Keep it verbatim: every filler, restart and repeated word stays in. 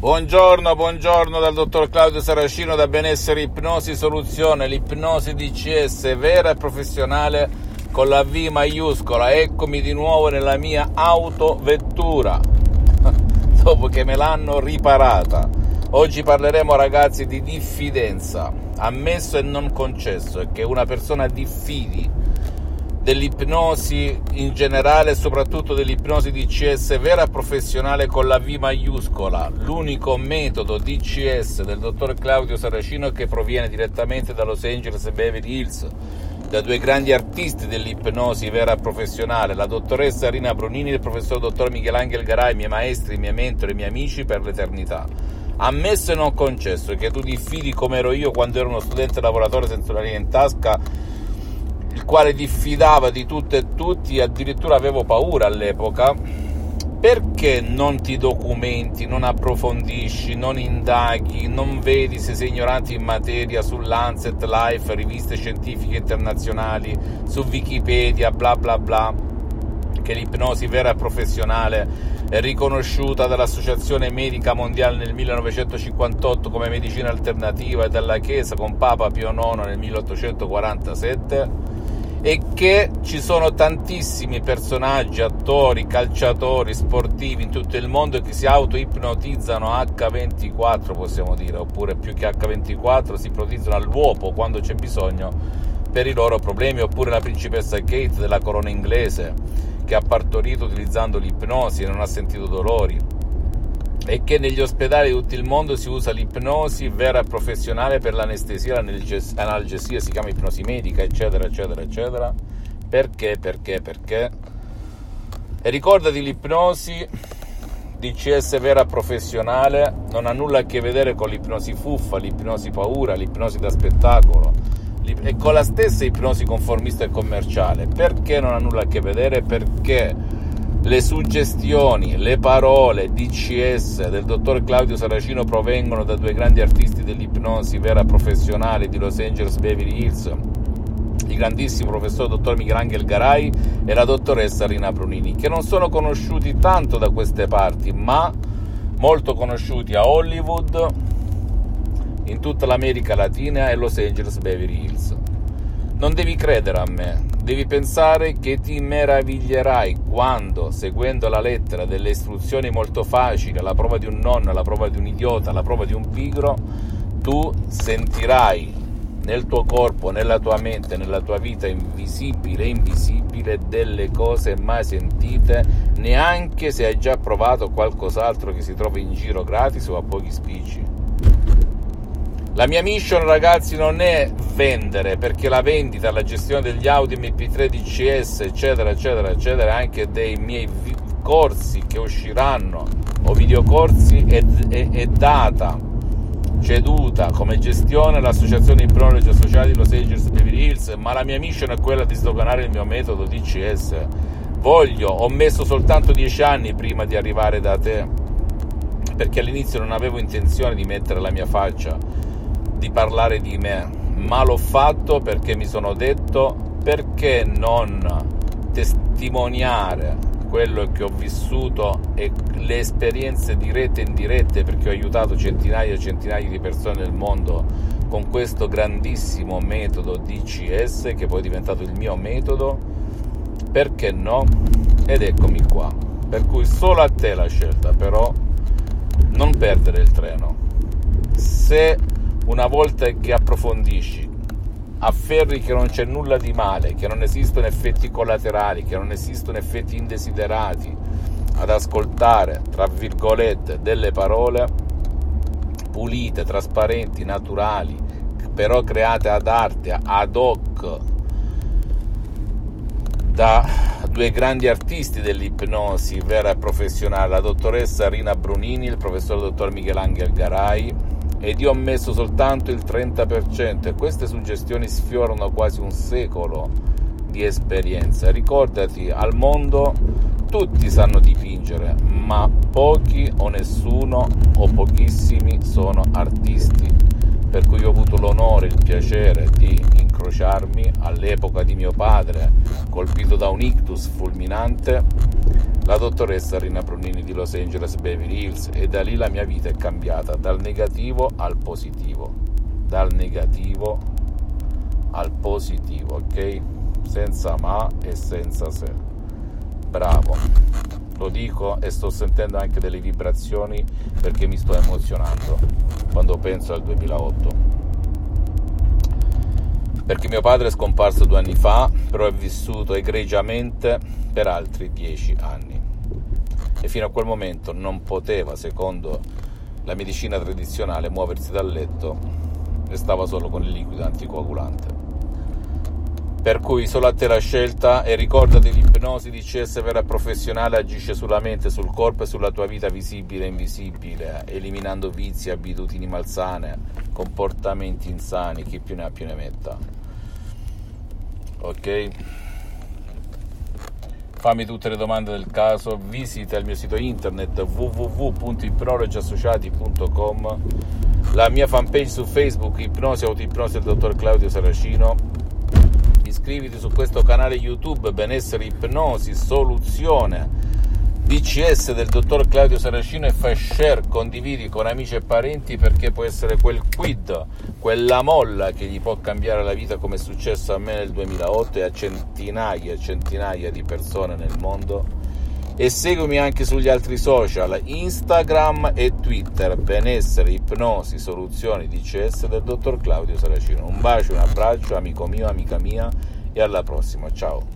Buongiorno, buongiorno dal dottor Claudio Saracino da Benessere Ipnosi Soluzione, l'ipnosi D C S vera e professionale con la V maiuscola. Eccomi di nuovo nella mia autovettura, dopo che me l'hanno riparata. Oggi parleremo, ragazzi, di diffidenza, ammesso e non concesso, e che una persona diffidi dell'ipnosi in generale e soprattutto dell'ipnosi D C S vera e professionale con la V maiuscola, l'unico metodo D C S del dottor Claudio Saracino che proviene direttamente da Los Angeles e Beverly Hills, da due grandi artisti dell'ipnosi vera e professionale, la dottoressa Rina Brunini e il professor dottor Michelangelo Garai, miei maestri, miei mentori, miei amici per l'eternità. Ammesso e non concesso che tu diffidi come ero io quando ero uno studente lavoratore senza una linea in tasca, il quale diffidava di tutto e tutti, addirittura avevo paura all'epoca, perché non ti documenti, non approfondisci, non indaghi, non vedi se sei ignorante in materia su Lancet, Life, riviste scientifiche internazionali, su Wikipedia, bla bla bla, che l'ipnosi vera e professionale è riconosciuta dall'Associazione Medica Mondiale nel millenovecentocinquantotto come medicina alternativa e dalla Chiesa con Papa Pio nono nel milleottocentoquarantasette, e che ci sono tantissimi personaggi, attori, calciatori, sportivi in tutto il mondo che si auto-ipnotizzano acca ventiquattro, possiamo dire, oppure più che acca ventiquattro si ipnotizzano all'uopo quando c'è bisogno per i loro problemi, oppure la principessa Kate della corona inglese che ha partorito utilizzando l'ipnosi e non ha sentito dolori, e che negli ospedali di tutto il mondo si usa l'ipnosi vera e professionale per l'anestesia, l'analgesia, si chiama ipnosi medica, eccetera, eccetera, eccetera. Perché, perché, perché? E ricordati, l'ipnosi D C S vera e professionale non ha nulla a che vedere con l'ipnosi fuffa, l'ipnosi paura, l'ipnosi da spettacolo, e con la stessa ipnosi conformista e commerciale. Perché non ha nulla a che vedere? Perché le suggestioni, le parole D C S del dottor Claudio Saracino provengono da due grandi artisti dell'ipnosi vera professionale di Los Angeles Beverly Hills, il grandissimo professor dottor Michelangelo Garai e la dottoressa Rina Brunini, che non sono conosciuti tanto da queste parti, ma molto conosciuti a Hollywood, in tutta l'America Latina e Los Angeles Beverly Hills. Non devi credere a me, devi pensare che ti meraviglierai quando, seguendo la lettera delle istruzioni molto facili, alla prova di un nonno, alla prova di un idiota, alla prova di un pigro, tu sentirai nel tuo corpo, nella tua mente, nella tua vita invisibile e invisibile delle cose mai sentite, neanche se hai già provato qualcos'altro che si trova in giro gratis o a pochi spicci. La mia mission, ragazzi, non è vendere, perché la vendita, la gestione degli audio M P tre D C S, eccetera, eccetera, eccetera, anche dei miei vi- corsi che usciranno, o videocorsi, è, è, è data, ceduta come gestione all'Associazione Ipnologi Associati di Los Angeles Beverly Hills, ma la mia mission è quella di sdoganare il mio metodo D C S. Voglio, ho messo soltanto dieci anni prima di arrivare da te, perché all'inizio non avevo intenzione di mettere la mia faccia, di parlare di me, ma l'ho fatto perché mi sono detto: perché non testimoniare quello che ho vissuto e le esperienze dirette e indirette, perché ho aiutato centinaia e centinaia di persone nel mondo con questo grandissimo metodo D C S, che poi è diventato il mio metodo. Perché no? Ed eccomi qua. Per cui solo a te la scelta, però non perdere il treno. Se una volta che approfondisci, afferri che non c'è nulla di male, che non esistono effetti collaterali, che non esistono effetti indesiderati ad ascoltare, tra virgolette, delle parole pulite, trasparenti, naturali, però create ad arte, ad hoc, da due grandi artisti dell'ipnosi vera e professionale, la dottoressa Rina Brunini e il professor dottor Michelangelo Garai, ed io ho messo soltanto il trenta per cento, e queste suggestioni sfiorano quasi un secolo di esperienza. Ricordati, al mondo tutti sanno dipingere, ma pochi o nessuno o pochissimi sono artisti, per cui ho avuto l'onore, il piacere di incrociare incrociarmi all'epoca di mio padre, colpito da un ictus fulminante, la dottoressa Rina Brunini di Los Angeles Beverly Hills, e da lì la mia vita è cambiata dal negativo al positivo, dal negativo al positivo, ok? Senza ma e senza se. Bravo, lo dico e sto sentendo anche delle vibrazioni perché mi sto emozionando quando penso al duemilaotto, perché mio padre è scomparso due anni fa, però è vissuto egregiamente per altri dieci anni e fino a quel momento non poteva, secondo la medicina tradizionale, muoversi dal letto e stava solo con il liquido anticoagulante. Per cui solo a te la scelta, e ricordati, l'ipnosi di C S vera e professionale agisce sulla mente, sul corpo e sulla tua vita visibile e invisibile, eliminando vizi, abitudini malsane, comportamenti insani, chi più ne ha più ne metta. Ok? Fammi tutte le domande del caso, visita il mio sito internet w w w punto ipnologi associati punto com, la mia fanpage su Facebook, Ipnosi Autoipnosi del dottor Claudio Saracino. Iscriviti su questo canale YouTube, Benessere Ipnosi Soluzione D C S del dottor Claudio Saracino, e fai share, condividi con amici e parenti, perché può essere quel quid, quella molla che gli può cambiare la vita, come è successo a me nel duemilaotto e a centinaia e centinaia di persone nel mondo. E seguimi anche sugli altri social, Instagram e Twitter, Benessere Ipnosi Soluzioni D C S del dottor Claudio Saracino. Un bacio, un abbraccio, amico mio, amica mia, e alla prossima, ciao.